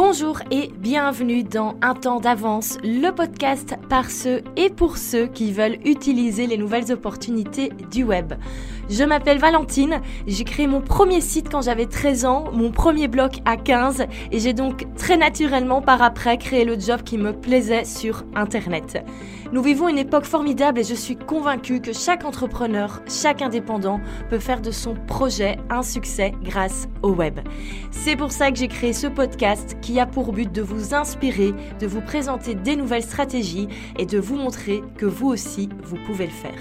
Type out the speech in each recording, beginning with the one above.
Bonjour et bienvenue dans Un temps d'avance, le podcast par ceux et pour ceux qui veulent utiliser les nouvelles opportunités du web. Je m'appelle Valentine, j'ai créé mon premier site quand j'avais 13 ans, mon premier blog à 15 et j'ai donc très naturellement par après créé le job qui me plaisait sur Internet. Nous vivons une époque formidable et je suis convaincue que chaque entrepreneur, chaque indépendant peut faire de son projet un succès grâce au web. C'est pour ça que j'ai créé ce podcast qui a pour but de vous inspirer, de vous présenter des nouvelles stratégies et de vous montrer que vous aussi, vous pouvez le faire.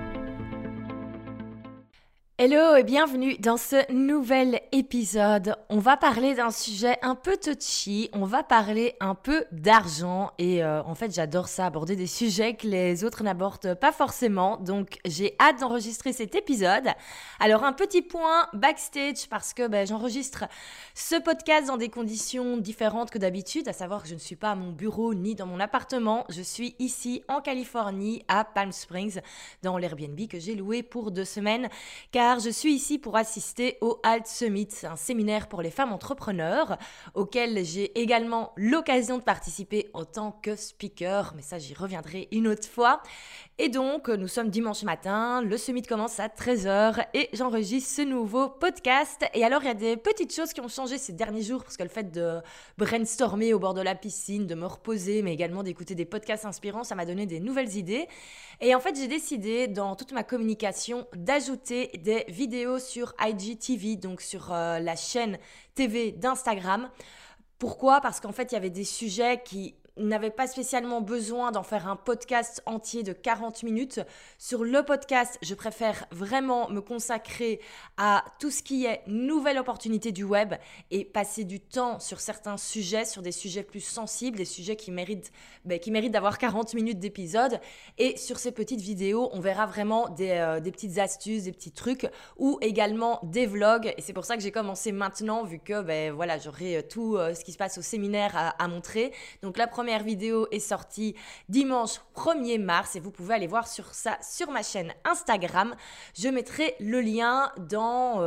Hello et bienvenue dans ce nouvel épisode. On va parler d'un sujet un peu touchy, on va parler un peu d'argent et en fait j'adore ça, aborder des sujets que les autres n'abordent pas forcément, donc j'ai hâte d'enregistrer cet épisode. Alors un petit point backstage parce que j'enregistre ce podcast dans des conditions différentes que d'habitude, à savoir que je ne suis pas à mon bureau ni dans mon appartement, je suis ici en Californie à Palm Springs dans l'Airbnb que j'ai loué pour 2 semaines car je suis ici pour assister au Alt Summit, un séminaire pour les femmes entrepreneurs auquel j'ai également l'occasion de participer en tant que speaker, mais ça j'y reviendrai une autre fois. Et donc nous sommes dimanche matin, le Summit commence à 13h et j'enregistre ce nouveau podcast. Et alors il y a des petites choses qui ont changé ces derniers jours parce que le fait de brainstormer au bord de la piscine, de me reposer, mais également d'écouter des podcasts inspirants, ça m'a donné des nouvelles idées. Et en fait j'ai décidé dans toute ma communication d'ajouter des vidéos sur IGTV, donc sur la chaîne TV d'Instagram. Pourquoi ? Parce qu'en fait, il y avait des sujets qui n'avaient pas spécialement besoin d'en faire un podcast entier de 40 minutes. Sur le podcast, je préfère vraiment me consacrer à tout ce qui est nouvelle opportunité du web et passer du temps sur certains sujets, sur des sujets plus sensibles, des sujets qui méritent d'avoir 40 minutes d'épisode. Et sur ces petites vidéos, on verra vraiment des petites astuces, des petits trucs ou également des vlogs. Et c'est pour ça que j'ai commencé maintenant vu que j'aurai tout ce qui se passe au séminaire à montrer. Donc la première vidéo est sortie dimanche 1er mars et vous pouvez aller voir ça sur ma chaîne Instagram. Je mettrai le lien dans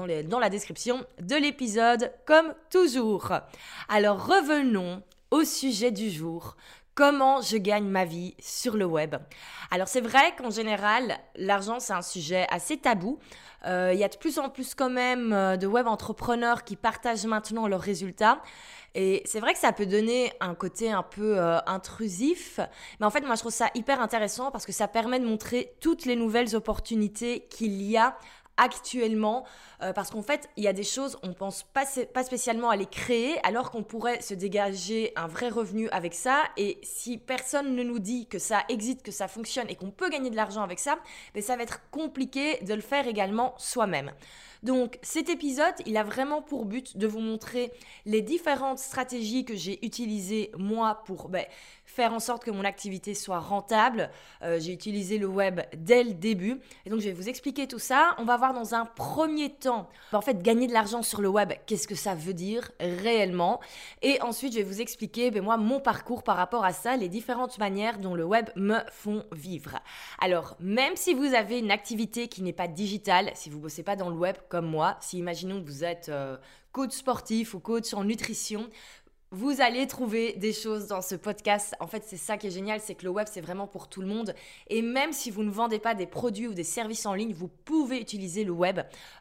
la description de l'épisode comme toujours. Alors revenons au sujet du jour. Comment je gagne ma vie sur le web ? Alors c'est vrai qu'en général, l'argent c'est un sujet assez tabou. Il y a de plus en plus quand même de web entrepreneurs qui partagent maintenant leurs résultats. Et c'est vrai que ça peut donner un côté un peu intrusif. Mais en fait, moi je trouve ça hyper intéressant parce que ça permet de montrer toutes les nouvelles opportunités qu'il y a actuellement, parce qu'en fait, il y a des choses, on pense pas spécialement à les créer, alors qu'on pourrait se dégager un vrai revenu avec ça. Et si personne ne nous dit que ça existe, que ça fonctionne et qu'on peut gagner de l'argent avec ça, ça va être compliqué de le faire également soi-même. Donc cet épisode, il a vraiment pour but de vous montrer les différentes stratégies que j'ai utilisées moi pour faire en sorte que mon activité soit rentable. J'ai utilisé le web dès le début et donc je vais vous expliquer tout ça. On va voir dans un premier temps, en fait, gagner de l'argent sur le web, qu'est-ce que ça veut dire réellement. Et ensuite, je vais vous expliquer moi mon parcours par rapport à ça, les différentes manières dont le web me font vivre. Alors, même si vous avez une activité qui n'est pas digitale, si vous ne bossez pas dans le web comme moi, si imaginons que vous êtes coach sportif ou coach en nutrition, vous allez trouver des choses dans ce podcast. En fait, c'est ça qui est génial, c'est que le web, c'est vraiment pour tout le monde. Et même si vous ne vendez pas des produits ou des services en ligne, vous pouvez utiliser le web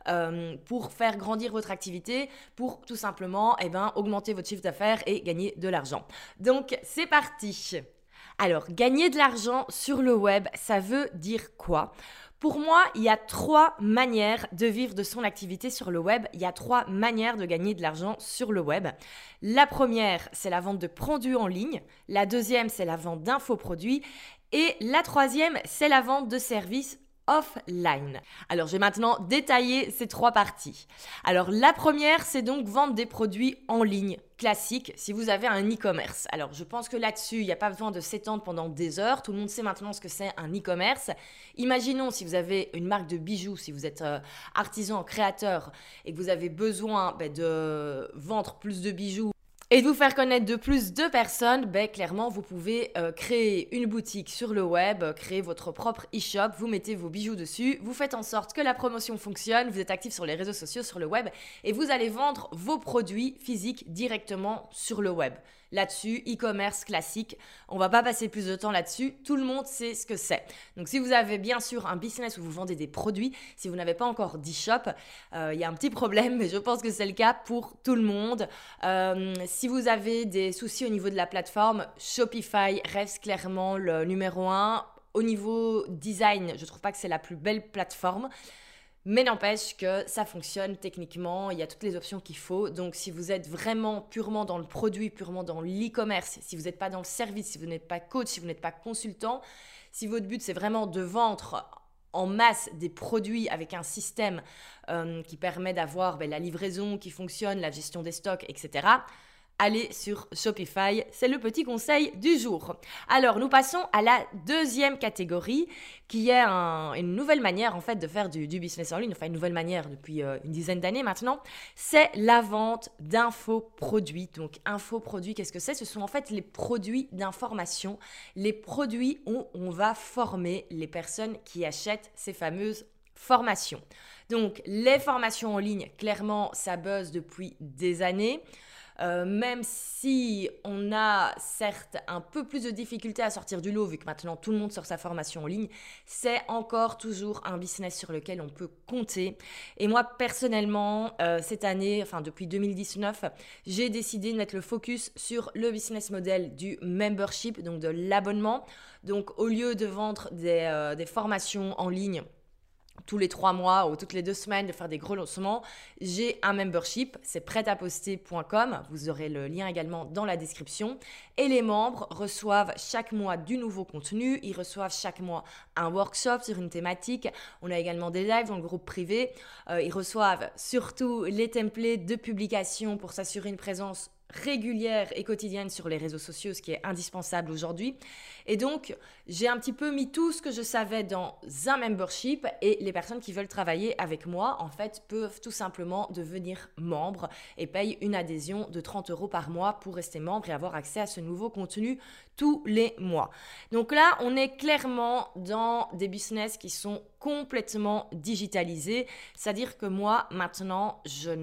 pour faire grandir votre activité, pour tout simplement augmenter votre chiffre d'affaires et gagner de l'argent. Donc, c'est parti. Alors, gagner de l'argent sur le web, ça veut dire quoi ? Pour moi, il y a 3 manières de vivre de son activité sur le web. Il y a 3 manières de gagner de l'argent sur le web. La première, c'est la vente de produits en ligne. La deuxième, c'est la vente d'infoproduits. Et la troisième, c'est la vente de services offline. Alors, je vais maintenant détailler ces 3 parties. Alors, la première, c'est donc vendre des produits en ligne, classique, si vous avez un e-commerce. Alors, je pense que là-dessus, il n'y a pas besoin de s'étendre pendant des heures. Tout le monde sait maintenant ce que c'est un e-commerce. Imaginons si vous avez une marque de bijoux, si vous êtes artisan, créateur et que vous avez besoin de vendre plus de bijoux et de vous faire connaître de plus de personnes, ben, clairement, vous pouvez créer une boutique sur le web, créer votre propre e-shop, vous mettez vos bijoux dessus, vous faites en sorte que la promotion fonctionne, vous êtes actif sur les réseaux sociaux, sur le web, et vous allez vendre vos produits physiques directement sur le web. Là-dessus, e-commerce classique, on va pas passer plus de temps là-dessus, tout le monde sait ce que c'est. Donc si vous avez bien sûr un business où vous vendez des produits, si vous n'avez pas encore d'e-shop, il y a un petit problème, mais je pense que c'est le cas pour tout le monde. Si vous avez des soucis au niveau de la plateforme, Shopify reste clairement le numéro 1. Au niveau design, je trouve pas que c'est la plus belle plateforme. Mais n'empêche que ça fonctionne techniquement, il y a toutes les options qu'il faut. Donc si vous êtes vraiment purement dans le produit, purement dans l'e-commerce, si vous n'êtes pas dans le service, si vous n'êtes pas coach, si vous n'êtes pas consultant, si votre but c'est vraiment de vendre en masse des produits avec un système qui permet d'avoir la livraison qui fonctionne, la gestion des stocks, etc., allez sur Shopify, c'est le petit conseil du jour. Alors, nous passons à la deuxième catégorie, qui est une nouvelle manière en fait de faire du business en ligne, enfin une nouvelle manière depuis une dizaine d'années maintenant, c'est la vente d'infoproduits. Donc, infoproduits, qu'est-ce que c'est? Ce sont en fait les produits d'information, les produits où on va former les personnes qui achètent ces fameuses formations. Donc, les formations en ligne, clairement, ça buzz depuis des années. Même si on a certes un peu plus de difficultés à sortir du lot, vu que maintenant tout le monde sort sa formation en ligne, c'est encore toujours un business sur lequel on peut compter. Et moi, personnellement, cette année, enfin depuis 2019, j'ai décidé de mettre le focus sur le business model du membership, donc de l'abonnement. Donc, au lieu de vendre des formations en ligne tous les 3 mois ou toutes les 2 semaines, de faire des gros lancements, j'ai un membership, c'est prêtaposter.com, vous aurez le lien également dans la description, et les membres reçoivent chaque mois du nouveau contenu, ils reçoivent chaque mois un workshop sur une thématique, on a également des lives dans le groupe privé, ils reçoivent surtout les templates de publication pour s'assurer une présence régulière et quotidienne sur les réseaux sociaux, ce qui est indispensable aujourd'hui. Et donc, j'ai un petit peu mis tout ce que je savais dans un membership et les personnes qui veulent travailler avec moi, en fait, peuvent tout simplement devenir membres et payent une adhésion de 30 € par mois pour rester membre et avoir accès à ce nouveau contenu tous les mois. Donc là, on est clairement dans des business qui sont complètement digitalisés. C'est-à-dire que moi, maintenant,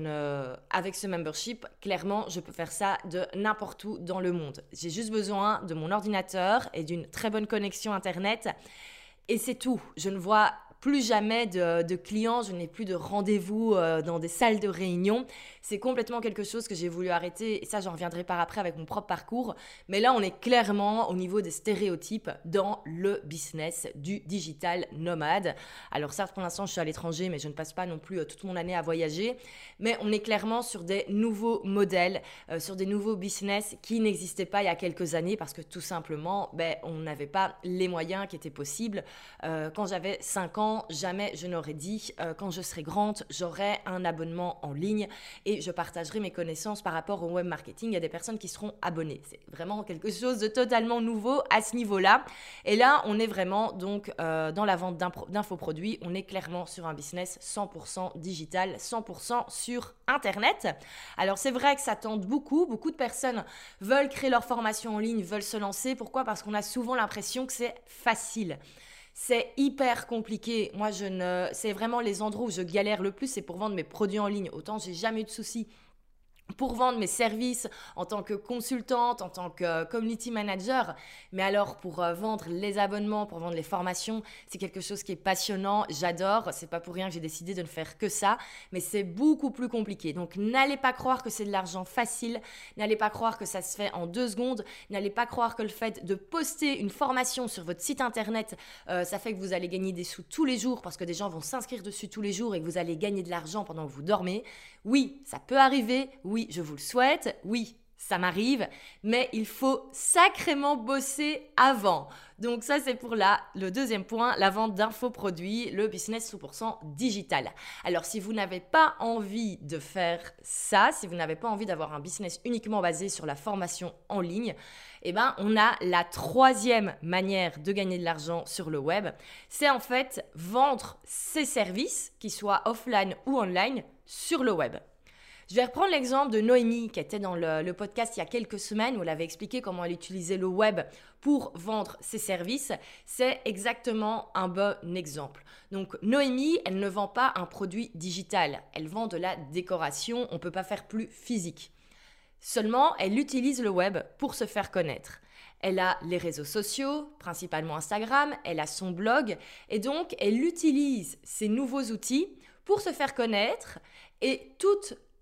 avec ce membership, clairement, je peux faire ça de n'importe où dans le monde. J'ai juste besoin de mon ordinateur et d'une très bonne connexion Internet. Et c'est tout. Je ne vois plus jamais de clients, je n'ai plus de rendez-vous dans des salles de réunion. C'est complètement quelque chose que j'ai voulu arrêter et ça, j'en reviendrai par après avec mon propre parcours. Mais là, on est clairement au niveau des stéréotypes dans le business du digital nomade. Alors certes, pour l'instant, je suis à l'étranger, mais je ne passe pas non plus toute mon année à voyager. Mais on est clairement sur des nouveaux modèles, sur des nouveaux business qui n'existaient pas il y a quelques années parce que tout simplement, on n'avait pas les moyens qui étaient possibles. Quand j'avais 5 ans, jamais je n'aurais dit quand je serai grande, j'aurai un abonnement en ligne et je partagerai mes connaissances par rapport au web marketing. Il y a des personnes qui seront abonnées. C'est vraiment quelque chose de totalement nouveau à ce niveau-là. Et là, on est vraiment donc dans la vente d'infoproduits. On est clairement sur un business 100% digital, 100% sur Internet. Alors, c'est vrai que ça tente beaucoup. Beaucoup de personnes veulent créer leur formation en ligne, veulent se lancer. Pourquoi? Parce qu'on a souvent l'impression que c'est facile. C'est hyper compliqué. Moi, c'est vraiment les endroits où je galère le plus, c'est pour vendre mes produits en ligne. Autant j'ai jamais eu de soucis pour vendre mes services en tant que consultante, en tant que community manager. Mais alors, pour vendre les abonnements, pour vendre les formations, c'est quelque chose qui est passionnant, j'adore. C'est pas pour rien que j'ai décidé de ne faire que ça, mais c'est beaucoup plus compliqué. Donc, n'allez pas croire que c'est de l'argent facile, n'allez pas croire que ça se fait en 2 secondes, n'allez pas croire que le fait de poster une formation sur votre site internet, ça fait que vous allez gagner des sous tous les jours parce que des gens vont s'inscrire dessus tous les jours et que vous allez gagner de l'argent pendant que vous dormez. Oui, ça peut arriver, oui, je vous le souhaite, oui, ça m'arrive, mais il faut sacrément bosser avant. Donc ça, c'est pour le deuxième point, la vente d'infoproduits, le business 100% digital. Alors, si vous n'avez pas envie de faire ça, si vous n'avez pas envie d'avoir un business uniquement basé sur la formation en ligne, on a la 3e manière de gagner de l'argent sur le web. C'est en fait vendre ses services, qu'ils soient offline ou online, sur le web. Je vais reprendre l'exemple de Noémie qui était dans le podcast il y a quelques semaines où elle avait expliqué comment elle utilisait le web pour vendre ses services. C'est exactement un bon exemple. Donc Noémie, elle ne vend pas un produit digital, elle vend de la décoration, on ne peut pas faire plus physique. Seulement, elle utilise le web pour se faire connaître. Elle a les réseaux sociaux, principalement Instagram, elle a son blog et donc elle utilise ces nouveaux outils pour se faire connaître et tout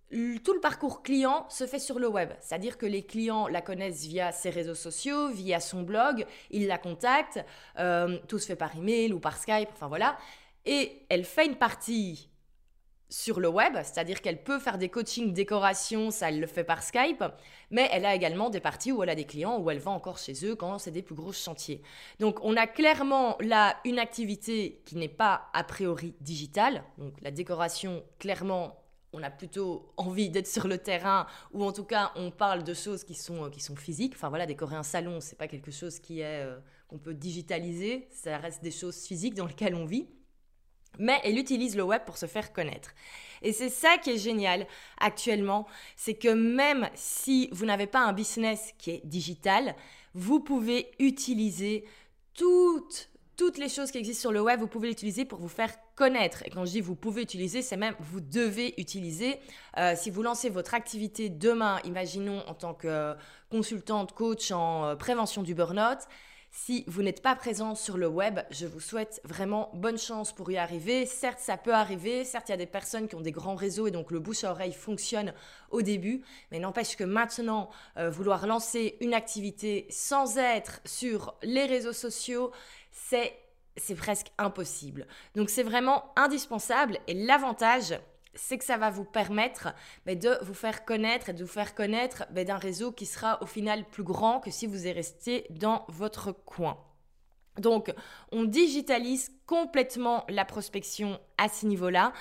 le parcours client se fait sur le web. C'est-à-dire que les clients la connaissent via ses réseaux sociaux, via son blog, ils la contactent, tout se fait par email ou par Skype, enfin voilà. Et elle fait une partie sur le web, c'est-à-dire qu'elle peut faire des coachings décoration, ça elle le fait par Skype, mais elle a également des parties où elle a des clients, où elle va encore chez eux quand c'est des plus gros chantiers. Donc on a clairement là une activité qui n'est pas a priori digitale, donc la décoration clairement on a plutôt envie d'être sur le terrain ou en tout cas on parle de choses qui sont physiques, enfin voilà décorer un salon c'est pas quelque chose qu'on peut digitaliser, ça reste des choses physiques dans lesquelles on vit. Mais elle utilise le web pour se faire connaître. Et c'est ça qui est génial actuellement, c'est que même si vous n'avez pas un business qui est digital, vous pouvez utiliser toutes les choses qui existent sur le web, vous pouvez l'utiliser pour vous faire connaître. Et quand je dis vous pouvez utiliser, c'est même vous devez utiliser. Si vous lancez votre activité demain, imaginons en tant que consultante, coach en prévention du burn-out, si vous n'êtes pas présent sur le web, je vous souhaite vraiment bonne chance pour y arriver. Certes, ça peut arriver. Certes, il y a des personnes qui ont des grands réseaux et donc le bouche à oreille fonctionne au début. Mais n'empêche que maintenant, vouloir lancer une activité sans être sur les réseaux sociaux, c'est presque impossible. Donc, c'est vraiment indispensable. Et l'avantage, c'est que ça va vous permettre de vous faire connaître et de vous faire connaître d'un réseau qui sera au final plus grand que si vous êtes resté dans votre coin. Donc, on digitalise complètement la prospection à ce niveau-là.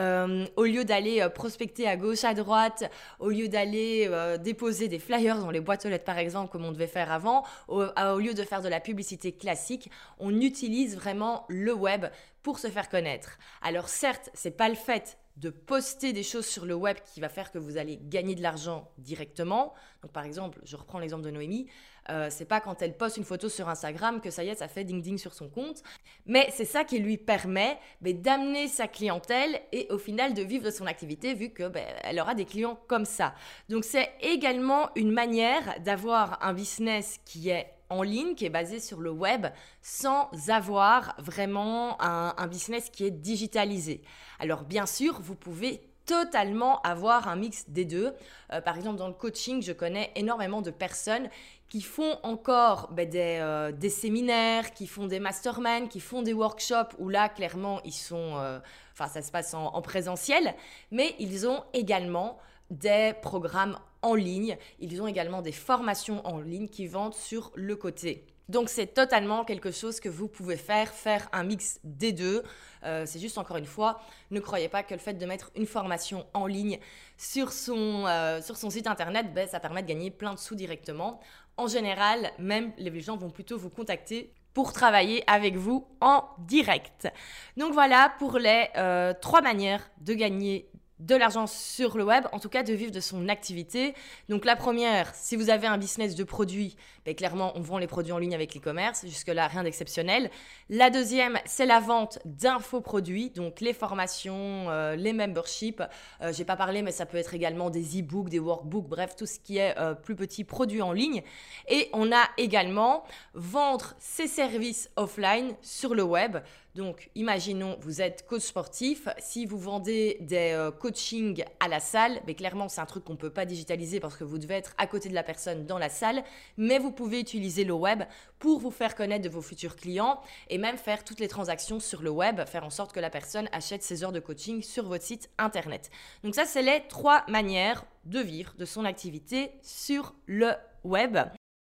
Au lieu d'aller prospecter à gauche, à droite, au lieu d'aller déposer des flyers dans les boîtes aux lettres, par exemple, comme on devait faire avant, au lieu de faire de la publicité classique, on utilise vraiment le web pour se faire connaître. Alors certes, c'est pas le fait de poster des choses sur le web qui va faire que vous allez gagner de l'argent directement. Donc par exemple, je reprends l'exemple de Noémie, c'est pas quand elle poste une photo sur Instagram que ça y est, ça fait ding-ding sur son compte. Mais c'est ça qui lui permet d'amener sa clientèle et au final de vivre de son activité vu que elle aura des clients comme ça. Donc c'est également une manière d'avoir un business qui est en ligne, qui est basé sur le web, sans avoir vraiment un business qui est digitalisé. Alors bien sûr, vous pouvez totalement avoir un mix des deux. Par exemple, dans le coaching, je connais énormément de personnes qui font encore des séminaires, qui font des masterminds, qui font des workshops où là, clairement, ils sont... ça se passe en présentiel, mais ils ont également des programmes en ligne. Ils ont également des formations en ligne qui vendent sur le côté. Donc, c'est totalement quelque chose que vous pouvez faire un mix des deux. C'est juste, encore une fois, ne croyez pas que le fait de mettre une formation en ligne sur son site internet, ça permet de gagner plein de sous directement. En général, même les gens vont plutôt vous contacter pour travailler avec vous en direct. Donc voilà pour les 3 manières de gagner de l'argent sur le web, en tout cas de vivre de son activité. Donc la première, si vous avez un business de produits, clairement on vend les produits en ligne avec l'e-commerce, jusque-là rien d'exceptionnel. La deuxième, c'est la vente d'infoproduits, donc les formations, les memberships. J'ai pas parlé, mais ça peut être également des e-books, des workbooks, bref, tout ce qui est plus petits produits en ligne. Et on a également vendre ses services offline sur le web. Donc, imaginons, vous êtes coach sportif. Si vous vendez des coachings à la salle, clairement, c'est un truc qu'on ne peut pas digitaliser parce que vous devez être à côté de la personne dans la salle. Mais vous pouvez utiliser le web pour vous faire connaître de vos futurs clients et même faire toutes les transactions sur le web, faire en sorte que la personne achète ses heures de coaching sur votre site internet. Donc ça, c'est les 3 manières de vivre de son activité sur le web.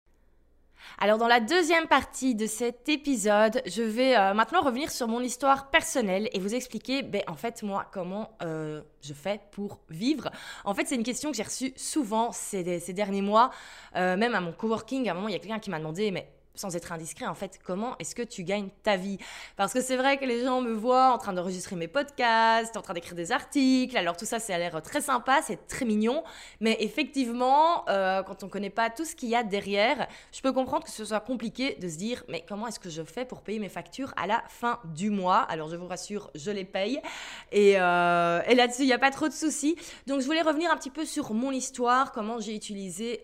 Alors dans la deuxième partie de cet épisode, je vais maintenant revenir sur mon histoire personnelle et vous expliquer en fait moi comment je fais pour vivre. En fait c'est une question que j'ai reçue souvent ces derniers mois, même à mon coworking. À un moment il y a quelqu'un qui m'a demandé mais sans être indiscret, en fait, comment est-ce que tu gagnes ta vie? Parce que c'est vrai que les gens me voient en train d'enregistrer mes podcasts, en train d'écrire des articles. Alors tout ça, ça a l'air très sympa, c'est très mignon. Mais effectivement, quand on ne connaît pas tout ce qu'il y a derrière, je peux comprendre que ce soit compliqué de se dire, mais comment est-ce que je fais pour payer mes factures à la fin du mois? Alors je vous rassure, je les paye. Et là-dessus, il n'y a pas trop de soucis. Donc je voulais revenir un petit peu sur mon histoire, comment j'ai utilisé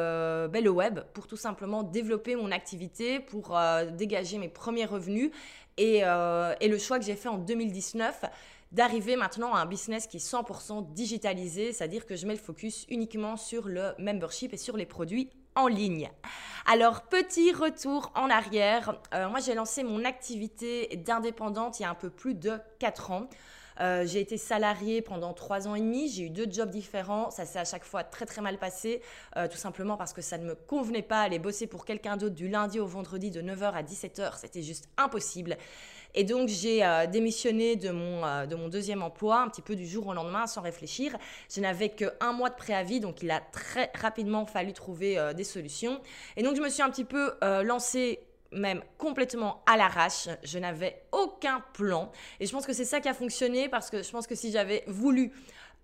le web pour tout simplement développer mon activité, pour dégager mes premiers revenus et le choix que j'ai fait en 2019 d'arriver maintenant à un business qui est 100% digitalisé, c'est-à-dire que je mets le focus uniquement sur le membership et sur les produits en ligne. Alors, petit retour en arrière. Moi, j'ai lancé mon activité d'indépendante il y a un peu plus de 4 ans. J'ai été salariée pendant 3 ans et demi, j'ai eu 2 jobs différents, ça s'est à chaque fois très très mal passé, tout simplement parce que ça ne me convenait pas, aller bosser pour quelqu'un d'autre du lundi au vendredi de 9h à 17h, c'était juste impossible. Et donc j'ai démissionné de mon deuxième emploi, un petit peu du jour au lendemain, sans réfléchir. Je n'avais qu'1 mois de préavis, donc il a très rapidement fallu trouver des solutions. Et donc je me suis un petit peu lancée même complètement à l'arrache. Je n'avais aucun plan. Et je pense que c'est ça qui a fonctionné parce que je pense que si j'avais voulu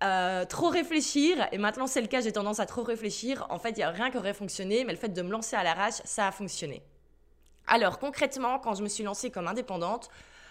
trop réfléchir, et maintenant c'est le cas, j'ai tendance à trop réfléchir, en fait, il n'y a rien qui aurait fonctionné, mais le fait de me lancer à l'arrache, ça a fonctionné. Alors concrètement, quand je me suis lancée comme indépendante,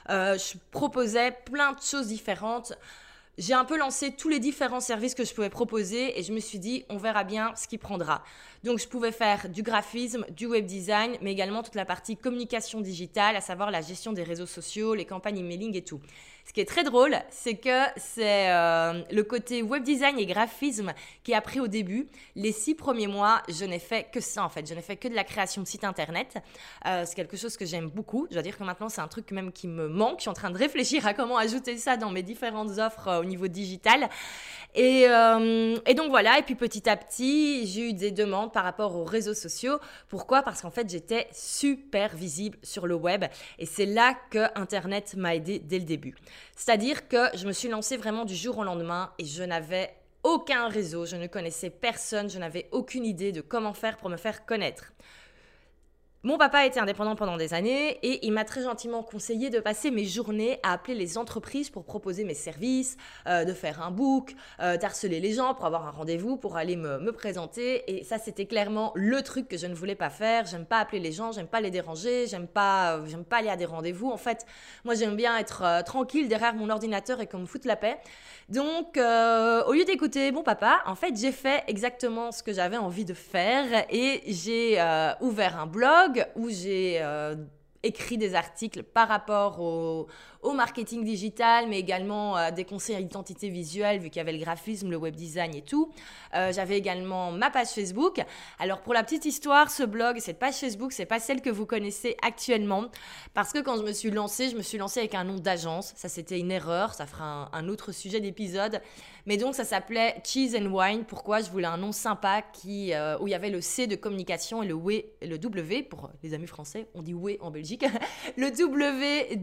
je proposais plein de choses différentes. J'ai un peu lancé tous les différents services que je pouvais proposer et je me suis dit, on verra bien ce qui prendra. Donc, je pouvais faire du graphisme, du web design, mais également toute la partie communication digitale, à savoir la gestion des réseaux sociaux, les campagnes emailing et tout. Ce qui est très drôle, c'est que c'est le côté web design et graphisme qui a pris au début. Les 6 premiers mois, je n'ai fait que ça en fait. Je n'ai fait que de la création de sites internet. C'est quelque chose que j'aime beaucoup. Je dois dire que maintenant, c'est un truc même qui me manque. Je suis en train de réfléchir à comment ajouter ça dans mes différentes offres au niveau digital. Et donc voilà. Et puis petit à petit, j'ai eu des demandes par rapport aux réseaux sociaux. Pourquoi? Parce qu'en fait, j'étais super visible sur le web. Et c'est là que Internet m'a aidée dès le début. C'est-à-dire que je me suis lancée vraiment du jour au lendemain et je n'avais aucun réseau, je ne connaissais personne, je n'avais aucune idée de comment faire pour me faire connaître. Mon papa était indépendant pendant des années et il m'a très gentiment conseillé de passer mes journées à appeler les entreprises pour proposer mes services, de faire un book, d'harceler les gens pour avoir un rendez-vous, pour aller me présenter. Et ça, c'était clairement le truc que je ne voulais pas faire. J'aime pas appeler les gens, j'aime pas les déranger, j'aime pas aller à des rendez-vous. En fait, moi, j'aime bien être tranquille derrière mon ordinateur et qu'on me foute la paix. Donc, au lieu d'écouter mon papa, en fait, j'ai fait exactement ce que j'avais envie de faire et j'ai ouvert un blog où j'ai écrit des articles par rapport au marketing digital, mais également des conseils d'identité visuelle, vu qu'il y avait le graphisme, le web design et tout. J'avais également ma page Facebook. Alors, pour la petite histoire, ce blog, cette page Facebook, c'est pas celle que vous connaissez actuellement, parce que quand je me suis lancée avec un nom d'agence. Ça, c'était une erreur. Ça fera un autre sujet d'épisode. Mais donc, ça s'appelait Cheese and Wine. Pourquoi? Je voulais un nom sympa où il y avait le C de communication et le W, pour les amis français, on dit ouais en Belgique, le W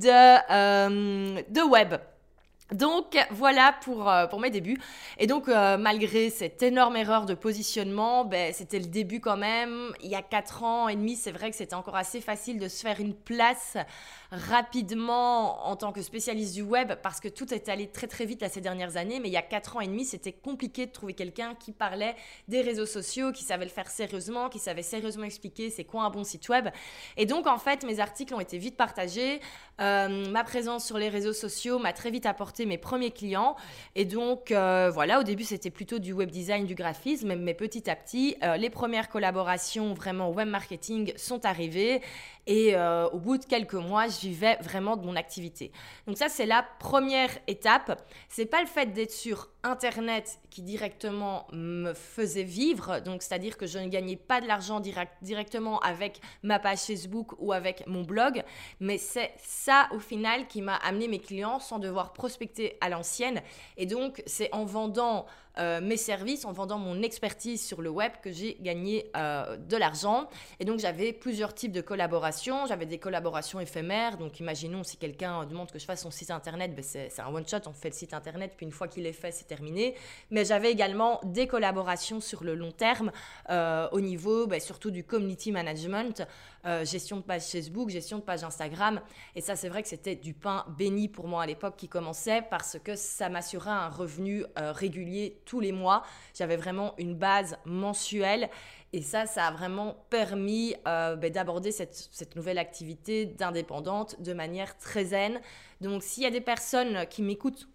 de web. Donc voilà pour mes débuts. Et donc malgré cette énorme erreur de positionnement, c'était le début quand même. Il y a 4 ans et demi, c'est vrai que c'était encore assez facile de se faire une place rapidement en tant que spécialiste du web parce que tout est allé très très vite là, ces dernières années. Mais il y a 4 ans et demi, c'était compliqué de trouver quelqu'un qui parlait des réseaux sociaux, qui savait le faire sérieusement, qui savait sérieusement expliquer c'est quoi un bon site web. Et donc en fait, mes articles ont été vite partagés. Ma présence sur les réseaux sociaux m'a très vite apporté mes premiers clients. Et donc, voilà, au début, c'était plutôt du web design, du graphisme, mais petit à petit, les premières collaborations vraiment web marketing sont arrivées. Et au bout de quelques mois, je vivais vraiment de mon activité. Donc ça, c'est la première étape. C'est pas le fait d'être sur Internet qui directement me faisait vivre. Donc, c'est-à-dire que je ne gagnais pas de l'argent directement avec ma page Facebook ou avec mon blog. Mais c'est ça, au final, qui m'a amené mes clients sans devoir prospecter à l'ancienne. Et donc, c'est en vendant mes services, en vendant mon expertise sur le web que j'ai gagné de l'argent. Et donc, j'avais plusieurs types de collaborations. J'avais des collaborations éphémères. Donc, imaginons si quelqu'un demande que je fasse son site internet, c'est un one-shot. On fait le site internet, puis une fois qu'il est fait, c'est terminé. Mais j'avais également des collaborations sur le long terme au niveau surtout du community management, gestion de page Facebook, gestion de page Instagram. Et ça, c'est vrai que c'était du pain béni pour moi à l'époque qui commençait parce que ça m'assurait un revenu régulier tous les mois. J'avais vraiment une base mensuelle. Et ça a vraiment permis d'aborder cette nouvelle activité d'indépendante de manière très zen. Donc, s'il y a des personnes qui m'écoutent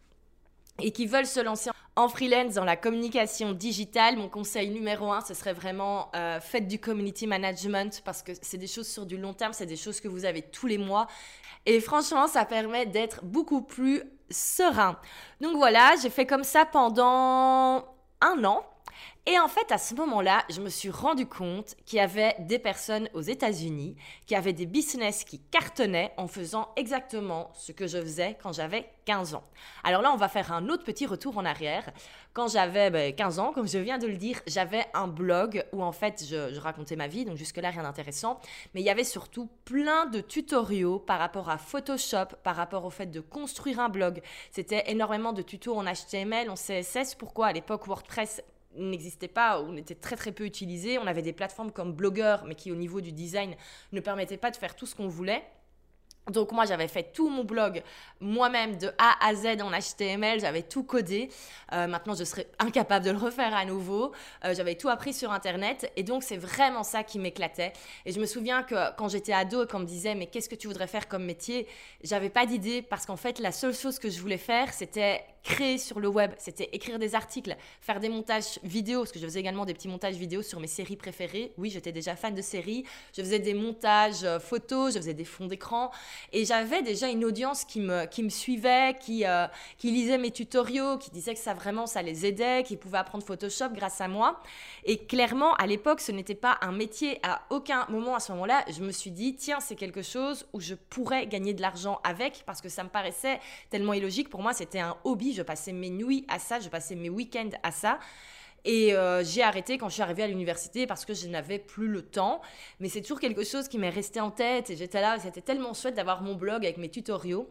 et qui veulent se lancer en freelance dans la communication digitale, mon conseil numéro 1, ce serait vraiment faites du community management parce que c'est des choses sur du long terme, c'est des choses que vous avez tous les mois. Et franchement, ça permet d'être beaucoup plus serein. Donc voilà, j'ai fait comme ça pendant 1 an. Et en fait, à ce moment-là, je me suis rendu compte qu'il y avait des personnes aux États-Unis qui avaient des business qui cartonnaient en faisant exactement ce que je faisais quand j'avais 15 ans. Alors là, on va faire un autre petit retour en arrière. Quand j'avais 15 ans, comme je viens de le dire, j'avais un blog où en fait, je racontais ma vie, donc jusque-là, rien d'intéressant. Mais il y avait surtout plein de tutoriaux par rapport à Photoshop, par rapport au fait de construire un blog. C'était énormément de tutos en HTML, en CSS. Pourquoi à l'époque, WordPress n'existait pas ou n'était très très peu utilisé. On avait des plateformes comme Blogger, mais qui au niveau du design ne permettaient pas de faire tout ce qu'on voulait. Donc moi, j'avais fait tout mon blog moi-même de A à Z en HTML, j'avais tout codé. Maintenant, je serais incapable de le refaire à nouveau. J'avais tout appris sur Internet et donc c'est vraiment ça qui m'éclatait. Et je me souviens que quand j'étais ado et qu'on me disait « mais qu'est-ce que tu voudrais faire comme métier ?» J'avais pas d'idée parce qu'en fait, la seule chose que je voulais faire, c'était créer sur le web, c'était écrire des articles, faire des montages vidéo, parce que je faisais également des petits montages vidéo sur mes séries préférées. Oui, j'étais déjà fan de séries. Je faisais des montages photos, je faisais des fonds d'écran. Et j'avais déjà une audience qui me suivait, qui lisait mes tutoriaux, qui disait que ça les aidait, qui pouvaient apprendre Photoshop grâce à moi. Et clairement, à l'époque, ce n'était pas un métier. À aucun moment à ce moment-là, je me suis dit, tiens, c'est quelque chose où je pourrais gagner de l'argent avec, parce que ça me paraissait tellement illogique. Pour moi, c'était un hobby. Je passais mes nuits à ça, je passais mes week-ends à ça. Et j'ai arrêté quand je suis arrivée à l'université parce que je n'avais plus le temps. Mais c'est toujours quelque chose qui m'est resté en tête. Et j'étais là, c'était tellement chouette d'avoir mon blog avec mes tutoriaux.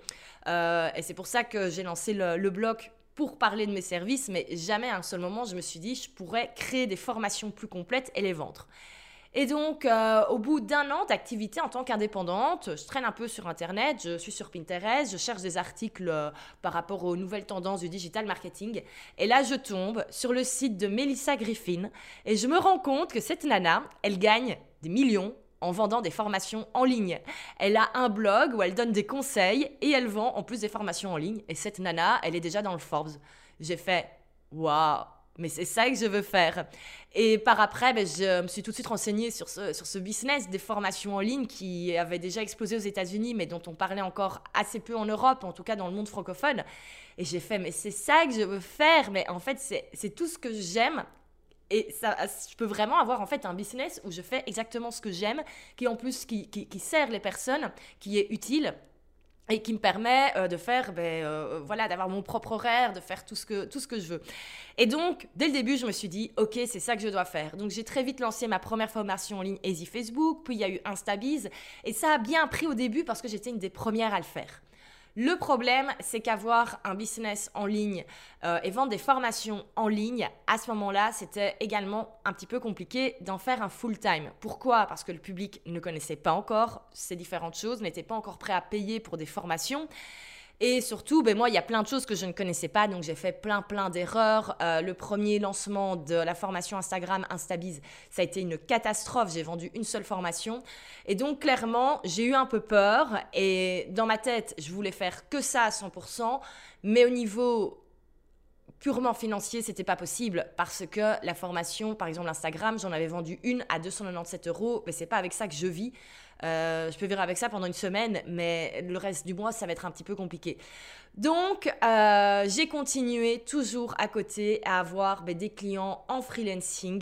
Et c'est pour ça que j'ai lancé le blog pour parler de mes services. Mais jamais à un seul moment, je me suis dit, je pourrais créer des formations plus complètes et les vendre. Et donc, au bout d'1 an d'activité en tant qu'indépendante, je traîne un peu sur Internet, je suis sur Pinterest, je cherche des articles par rapport aux nouvelles tendances du digital marketing. Et là, je tombe sur le site de Melissa Griffin et je me rends compte que cette nana, elle gagne des millions en vendant des formations en ligne. Elle a un blog où elle donne des conseils et elle vend en plus des formations en ligne. Et cette nana, elle est déjà dans le Forbes. J'ai fait « Waouh !» Mais c'est ça que je veux faire. Et par après, je me suis tout de suite renseignée sur ce business des formations en ligne qui avait déjà explosé aux États-Unis, mais dont on parlait encore assez peu en Europe, en tout cas dans le monde francophone. Et j'ai fait, mais c'est ça que je veux faire. Mais en fait, c'est tout ce que j'aime. Et ça, je peux vraiment avoir en fait un business où je fais exactement ce que j'aime, qui en plus qui sert les personnes, qui est utile. Et qui me permet de faire, d'avoir mon propre horaire, de faire tout ce que je veux. Et donc, dès le début, je me suis dit, ok, c'est ça que je dois faire. Donc, j'ai très vite lancé ma première formation en ligne Easy Facebook, puis il y a eu Instabiz. Et ça a bien pris au début parce que j'étais une des premières à le faire. Le problème, c'est qu'avoir un business en ligne et vendre des formations en ligne, à ce moment-là, c'était également un petit peu compliqué d'en faire un full-time. Pourquoi ? Parce que le public ne connaissait pas encore ces différentes choses, n'était pas encore prêt à payer pour des formations. Et surtout, moi, il y a plein de choses que je ne connaissais pas, donc j'ai fait plein d'erreurs. Le premier lancement de la formation Instagram, Instabiz, ça a été une catastrophe. J'ai vendu une seule formation. Et donc, clairement, j'ai eu un peu peur. Et dans ma tête, je voulais faire que ça à 100%. Mais au niveau purement financier, c'était pas possible parce que la formation, par exemple Instagram, j'en avais vendu une à 297 €, mais c'est pas avec ça que je vis. Je peux vivre avec ça pendant une semaine, mais le reste du mois, ça va être un petit peu compliqué. Donc, j'ai continué toujours à côté à avoir des clients en freelancing.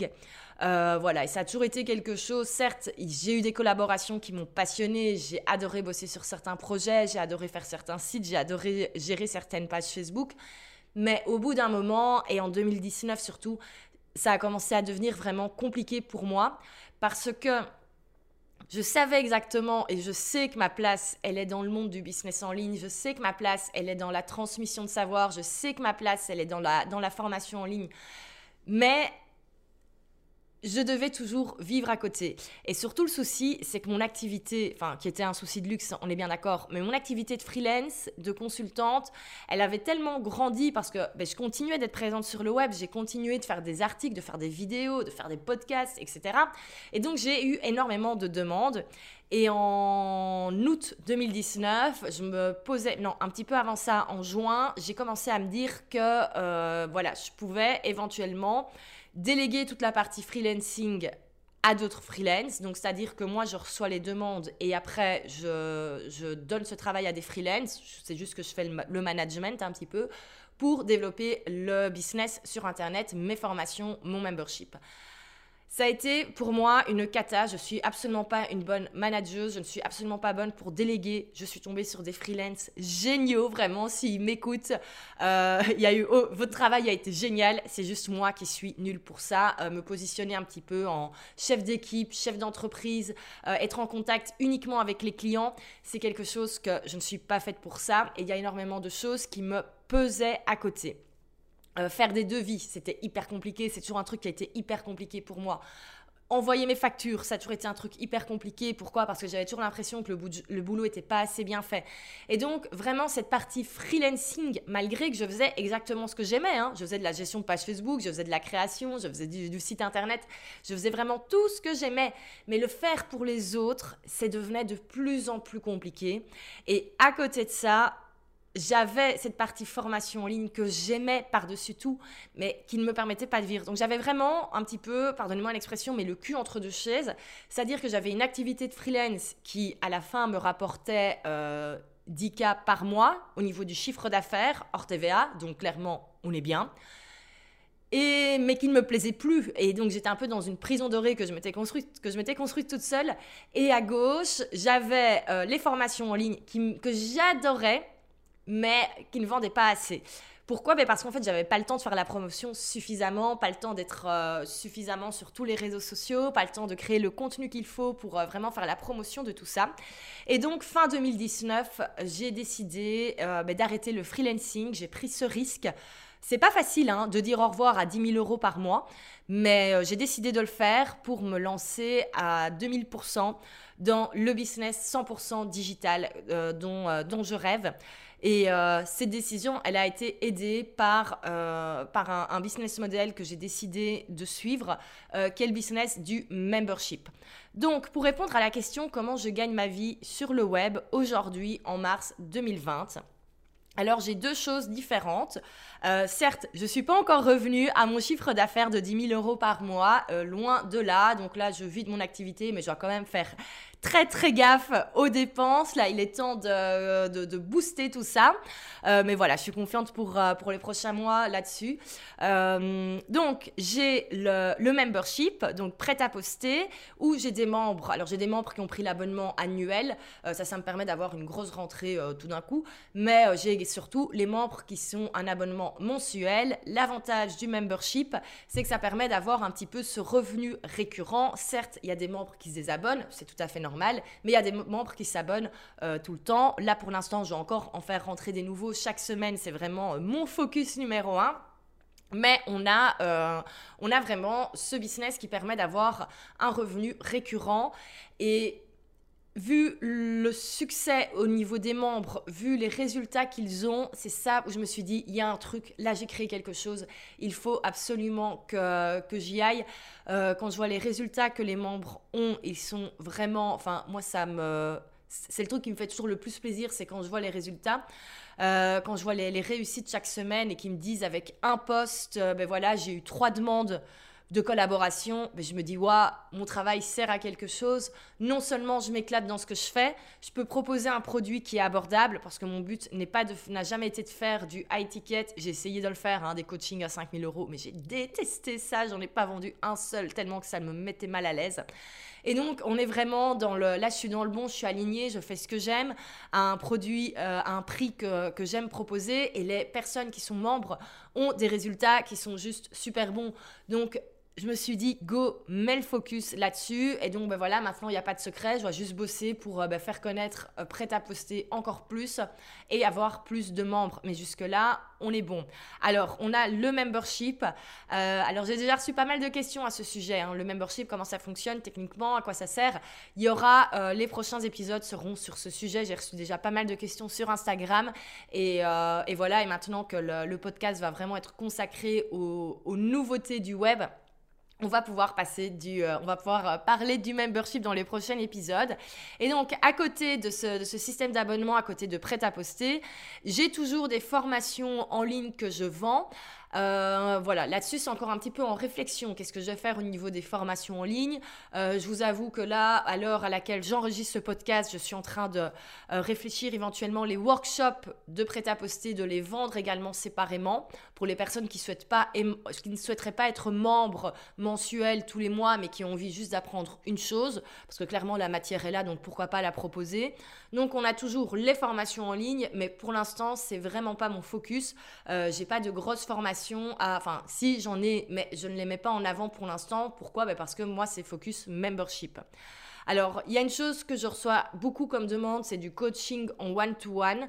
Et ça a toujours été quelque chose. Certes, j'ai eu des collaborations qui m'ont passionnée. J'ai adoré bosser sur certains projets, j'ai adoré faire certains sites, j'ai adoré gérer certaines pages Facebook. Mais au bout d'un moment, et en 2019 surtout, ça a commencé à devenir vraiment compliqué pour moi parce que Je savais exactement et je sais que ma place, elle est dans le monde du business en ligne. Je sais que ma place, elle est dans la transmission de savoir. Je sais que ma place, elle est dans la formation en ligne. Mais je devais toujours vivre à côté. Et surtout, le souci, c'est que mon activité, enfin, qui était un souci de luxe, on est bien d'accord, mais mon activité de freelance, de consultante, elle avait tellement grandi parce que je continuais d'être présente sur le web, j'ai continué de faire des articles, de faire des vidéos, de faire des podcasts, etc. Et donc, j'ai eu énormément de demandes. Et en août 2019, je me posais, non, un petit peu avant ça, en juin, j'ai commencé à me dire que, je pouvais éventuellement déléguer toute la partie freelancing à d'autres freelances. Donc, c'est-à-dire que moi, je reçois les demandes et après, je donne ce travail à des freelances. C'est juste que je fais le management un petit peu pour développer le business sur Internet, mes formations, mon membership. Ça a été pour moi une cata. Je ne suis absolument pas une bonne manageuse. Je ne suis absolument pas bonne pour déléguer. Je suis tombée sur des freelances géniaux, vraiment. S'ils m'écoutent, votre travail a été génial. C'est juste moi qui suis nulle pour ça. Me positionner un petit peu en chef d'équipe, chef d'entreprise, être en contact uniquement avec les clients, c'est quelque chose que je ne suis pas faite pour ça. Et il y a énormément de choses qui me pesaient à côté. Faire des devis, c'était hyper compliqué. C'est toujours un truc qui a été hyper compliqué pour moi. Envoyer mes factures, ça a toujours été un truc hyper compliqué. Pourquoi ? Parce que j'avais toujours l'impression que le boulot n'était pas assez bien fait. Et donc, vraiment, cette partie freelancing, malgré que je faisais exactement ce que j'aimais, je faisais de la gestion de page Facebook, je faisais de la création, je faisais du site internet, je faisais vraiment tout ce que j'aimais. Mais le faire pour les autres, ça devenait de plus en plus compliqué. Et à côté de ça, j'avais cette partie formation en ligne que j'aimais par-dessus tout, mais qui ne me permettait pas de vivre. Donc, j'avais vraiment un petit peu, pardonnez-moi l'expression, mais le cul entre deux chaises. C'est-à-dire que j'avais une activité de freelance qui, à la fin, me rapportait 10K par mois au niveau du chiffre d'affaires hors TVA. Donc, clairement, on est bien. Mais qui ne me plaisait plus. Et donc, j'étais un peu dans une prison dorée que je m'étais construite toute seule. Et à gauche, j'avais les formations en ligne que j'adorais, mais qui ne vendaient pas assez. Pourquoi ? Parce qu'en fait, j'avais pas le temps de faire la promotion suffisamment, pas le temps d'être suffisamment sur tous les réseaux sociaux, pas le temps de créer le contenu qu'il faut pour vraiment faire la promotion de tout ça. Et donc, fin 2019, j'ai décidé d'arrêter le freelancing. J'ai pris ce risque. C'est pas facile de dire au revoir à 10 000 € par mois, mais j'ai décidé de le faire pour me lancer à 2000% dans le business 100% digital dont je rêve. Et cette décision, elle a été aidée par un business model que j'ai décidé de suivre, qui est le business du membership. Donc, pour répondre à la question comment je gagne ma vie sur le web aujourd'hui en mars 2020, alors, j'ai deux choses différentes. Certes, je ne suis pas encore revenue à mon chiffre d'affaires de 10 000 € par mois, loin de là. Donc là, je vis de mon activité, mais je dois quand même faire très, très gaffe aux dépenses. Là, il est temps de booster tout ça. Mais voilà, je suis confiante pour les prochains mois là-dessus. Donc, j'ai le membership, donc prêt à poster, où j'ai des membres. Alors, j'ai des membres qui ont pris l'abonnement annuel. Ça me permet d'avoir une grosse rentrée tout d'un coup. Mais j'ai surtout les membres qui sont un abonnement mensuel. L'avantage du membership, c'est que ça permet d'avoir un petit peu ce revenu récurrent. Certes, il y a des membres qui se désabonnent, c'est tout à fait normal, mais il y a des membres qui s'abonnent tout le temps. Là, pour l'instant, je vais encore en faire rentrer des nouveaux chaque semaine. C'est vraiment mon focus numéro 1. Mais on a vraiment ce business qui permet d'avoir un revenu récurrent. Et vu le succès au niveau des membres, vu les résultats qu'ils ont, c'est ça où je me suis dit, il y a un truc, là j'ai créé quelque chose, il faut absolument que j'y aille. Quand je vois les résultats que les membres ont, ils sont vraiment, enfin moi c'est le truc qui me fait toujours le plus plaisir, c'est quand je vois les résultats. Quand je vois les réussites chaque semaine et qu'ils me disent avec un post, j'ai eu 3 demandes de collaboration, je me dis, waouh, mon travail sert à quelque chose. Non seulement je m'éclate dans ce que je fais, je peux proposer un produit qui est abordable parce que mon but n'a jamais été de faire du high ticket. J'ai essayé de le faire, des coachings à 5 000 €, mais j'ai détesté ça. J'en ai pas vendu un seul tellement que ça me mettait mal à l'aise. Et donc, on est vraiment là, je suis dans le bon, je suis alignée, je fais ce que j'aime, à un produit, à un prix que j'aime proposer. Et les personnes qui sont membres ont des résultats qui sont juste super bons. Donc, je me suis dit, go, mets le focus là-dessus. Et donc, voilà, maintenant, il n'y a pas de secret. Je dois juste bosser pour faire connaître Prêt-à-Poster encore plus et avoir plus de membres. Mais jusque-là, on est bon. Alors, on a le membership. Alors, j'ai déjà reçu pas mal de questions à ce sujet. Le membership, comment ça fonctionne techniquement, à quoi ça sert. Il y aura, les prochains épisodes seront sur ce sujet. J'ai reçu déjà pas mal de questions sur Instagram. Et voilà, et maintenant que le podcast va vraiment être consacré aux nouveautés du web, on va pouvoir parler du membership dans les prochains épisodes. Et donc, à côté de ce système d'abonnement, à côté de Prêt-à-Poster, j'ai toujours des formations en ligne que je vends. Voilà, là-dessus, c'est encore un petit peu en réflexion. Qu'est-ce que je vais faire au niveau des formations en ligne ? Je vous avoue que là, à l'heure à laquelle j'enregistre ce podcast, je suis en train de réfléchir éventuellement les workshops de Prêt-à-Poster, de les vendre également séparément pour les personnes qui ne souhaiteraient pas être membres mensuels tous les mois, mais qui ont envie juste d'apprendre une chose, parce que clairement, la matière est là, donc pourquoi pas la proposer. Donc, on a toujours les formations en ligne, mais pour l'instant, c'est vraiment pas mon focus. J'ai pas de grosses formations. Enfin, si, j'en ai, mais je ne les mets pas en avant pour l'instant. Pourquoi ? Parce que moi, c'est focus membership. Alors, il y a une chose que je reçois beaucoup comme demande, c'est du coaching en one-to-one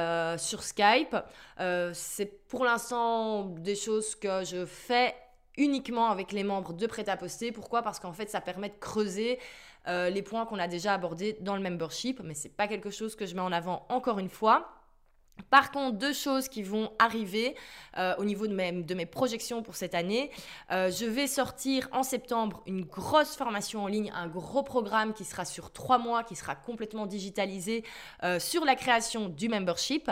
sur Skype. C'est pour l'instant des choses que je fais uniquement avec les membres de Prêt-à-Poster. Pourquoi ? Parce qu'en fait, ça permet de creuser les points qu'on a déjà abordés dans le membership, mais c'est pas quelque chose que je mets en avant encore une fois. Par contre, 2 choses qui vont arriver au niveau de mes projections pour cette année. Je vais sortir en septembre une grosse formation en ligne, un gros programme qui sera sur 3 mois, qui sera complètement digitalisé sur la création du membership.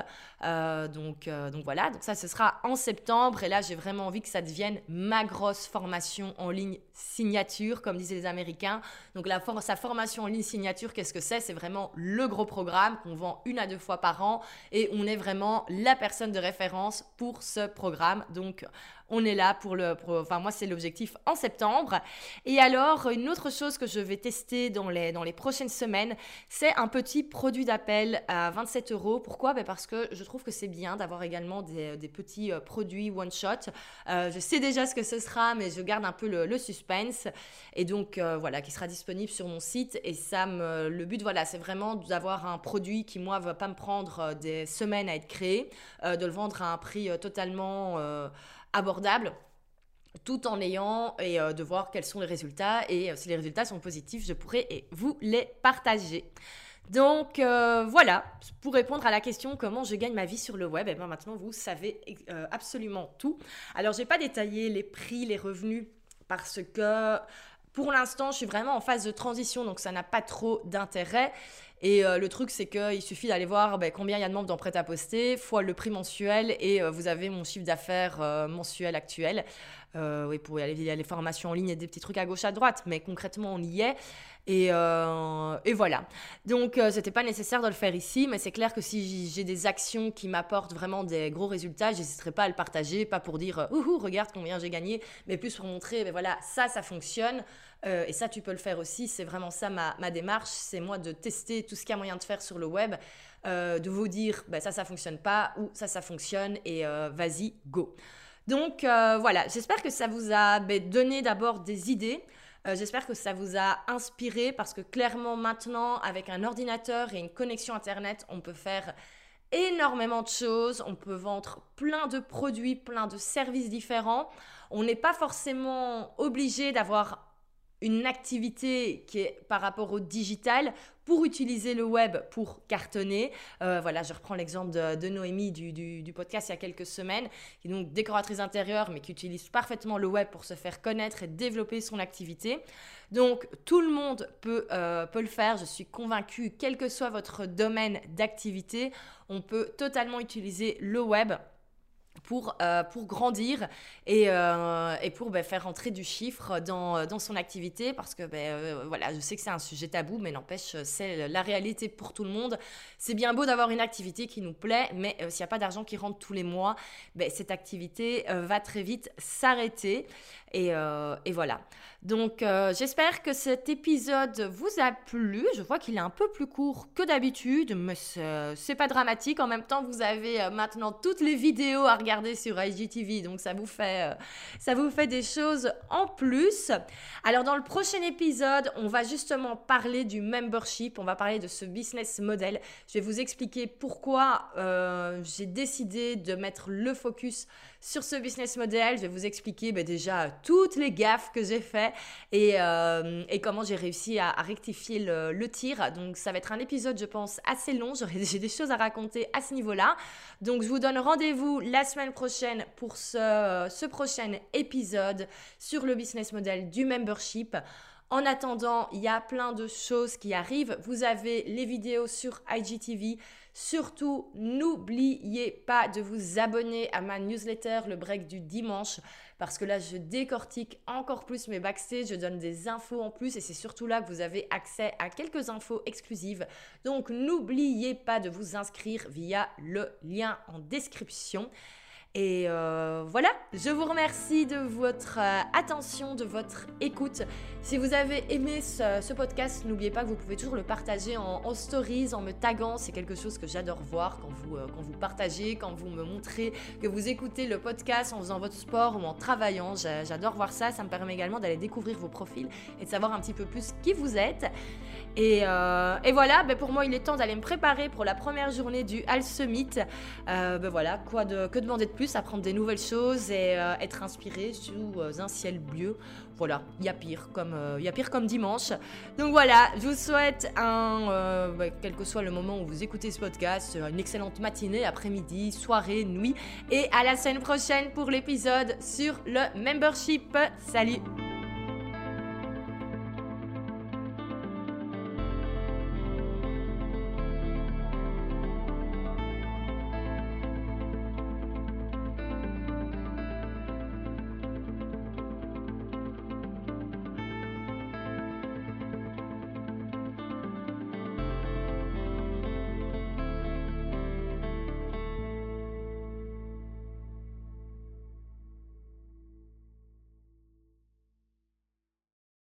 Donc voilà, donc ça ce sera en septembre et là j'ai vraiment envie que ça devienne ma grosse formation en ligne signature, comme disaient les Américains. Donc sa formation en ligne signature, qu'est-ce que c'est ? C'est vraiment le gros programme qu'on vend 1 à 2 fois par an et on est vraiment la personne de référence pour ce programme. Donc, on est là moi, c'est l'objectif en septembre. Et alors, une autre chose que je vais tester dans les prochaines semaines, c'est un petit produit d'appel à 27 €. Pourquoi ? Parce que je trouve que c'est bien d'avoir également des petits produits one-shot. Je sais déjà ce que ce sera, mais je garde un peu le suspense. Et donc, voilà, qui sera disponible sur mon site. Et le but, voilà, c'est vraiment d'avoir un produit qui, moi, ne va pas me prendre des semaines à être créé, de le vendre à un prix totalement abordable, tout en ayant de voir quels sont les résultats et si les résultats sont positifs, je pourrai vous les partager. Donc voilà, pour répondre à la question comment je gagne ma vie sur le web, maintenant vous savez absolument tout. Alors j'ai pas détaillé les prix, les revenus parce que pour l'instant je suis vraiment en phase de transition, donc ça n'a pas trop d'intérêt. Et le truc, c'est qu'il suffit d'aller voir combien il y a de membres dans Prêt-à-Poster, fois le prix mensuel, et vous avez mon chiffre d'affaires mensuel actuel. Oui, il y a les formations en ligne et des petits trucs à gauche, à droite, mais concrètement, on y est. Et voilà. Donc, c'était pas nécessaire de le faire ici, mais c'est clair que si j'ai des actions qui m'apportent vraiment des gros résultats, j'hésiterai pas à le partager, pas pour dire regarde combien j'ai gagné, mais plus pour montrer voilà, ça fonctionne. Et ça, tu peux le faire aussi. C'est vraiment ça ma démarche. C'est moi de tester tout ce qu'il y a moyen de faire sur le web, de vous dire ça fonctionne pas ou ça fonctionne et vas-y, go. Donc voilà, j'espère que ça vous a donné d'abord des idées. J'espère que ça vous a inspiré parce que clairement maintenant, avec un ordinateur et une connexion Internet, on peut faire énormément de choses. On peut vendre plein de produits, plein de services différents. On n'est pas forcément obligé d'avoir une activité qui est par rapport au digital pour utiliser le web pour cartonner. Voilà, je reprends l'exemple de Noémie du podcast il y a quelques semaines, qui est donc décoratrice intérieure, mais qui utilise parfaitement le web pour se faire connaître et développer son activité. Donc, tout le monde peut le faire. Je suis convaincue, quel que soit votre domaine d'activité, on peut totalement utiliser le web pour grandir et pour faire rentrer du chiffre dans son activité parce que voilà, je sais que c'est un sujet tabou mais n'empêche c'est la réalité pour tout le monde. C'est bien beau d'avoir une activité qui nous plaît mais s'il n'y a pas d'argent qui rentre tous les mois, cette activité va très vite s'arrêter et voilà. Donc j'espère que cet épisode vous a plu. Je vois qu'il est un peu plus court que d'habitude mais c'est pas dramatique. En même temps vous avez maintenant toutes les vidéos à regarder sur IGTV, donc ça vous fait des choses en plus. Alors dans le prochain épisode, on va justement parler du membership, on va parler de ce business model. Je vais vous expliquer pourquoi j'ai décidé de mettre le focus sur ce business model. Je vais vous expliquer déjà toutes les gaffes que j'ai fait et comment j'ai réussi à rectifier le tir. Donc ça va être un épisode, je pense, assez long. J'ai des choses à raconter à ce niveau-là. Donc je vous donne rendez-vous la semaine prochaine pour ce prochain épisode sur le business model du membership. En attendant, il y a plein de choses qui arrivent. Vous avez les vidéos sur IGTV. Surtout, n'oubliez pas de vous abonner à ma newsletter, le break du dimanche, parce que là, je décortique encore plus mes backstage, je donne des infos en plus et c'est surtout là que vous avez accès à quelques infos exclusives. Donc, n'oubliez pas de vous inscrire via le lien en description. Et voilà, je vous remercie de votre attention, de votre écoute. Si vous avez aimé ce podcast, n'oubliez pas que vous pouvez toujours le partager en stories, en me taguant. C'est quelque chose que j'adore voir quand vous partagez, quand vous me montrez que vous écoutez le podcast en faisant votre sport ou en travaillant. J'adore voir ça. Ça me permet également d'aller découvrir vos profils et de savoir un petit peu plus qui vous êtes. Et voilà, pour moi, il est temps d'aller me préparer pour la première journée du HAL Summit. Voilà, que demander de plus? Apprendre des nouvelles choses et être inspiré sous un ciel bleu. Voilà, il y a pire comme dimanche. Donc voilà, je vous souhaite quel que soit le moment où vous écoutez ce podcast, une excellente matinée, après-midi, soirée, nuit. Et à la semaine prochaine pour l'épisode sur le membership. Salut!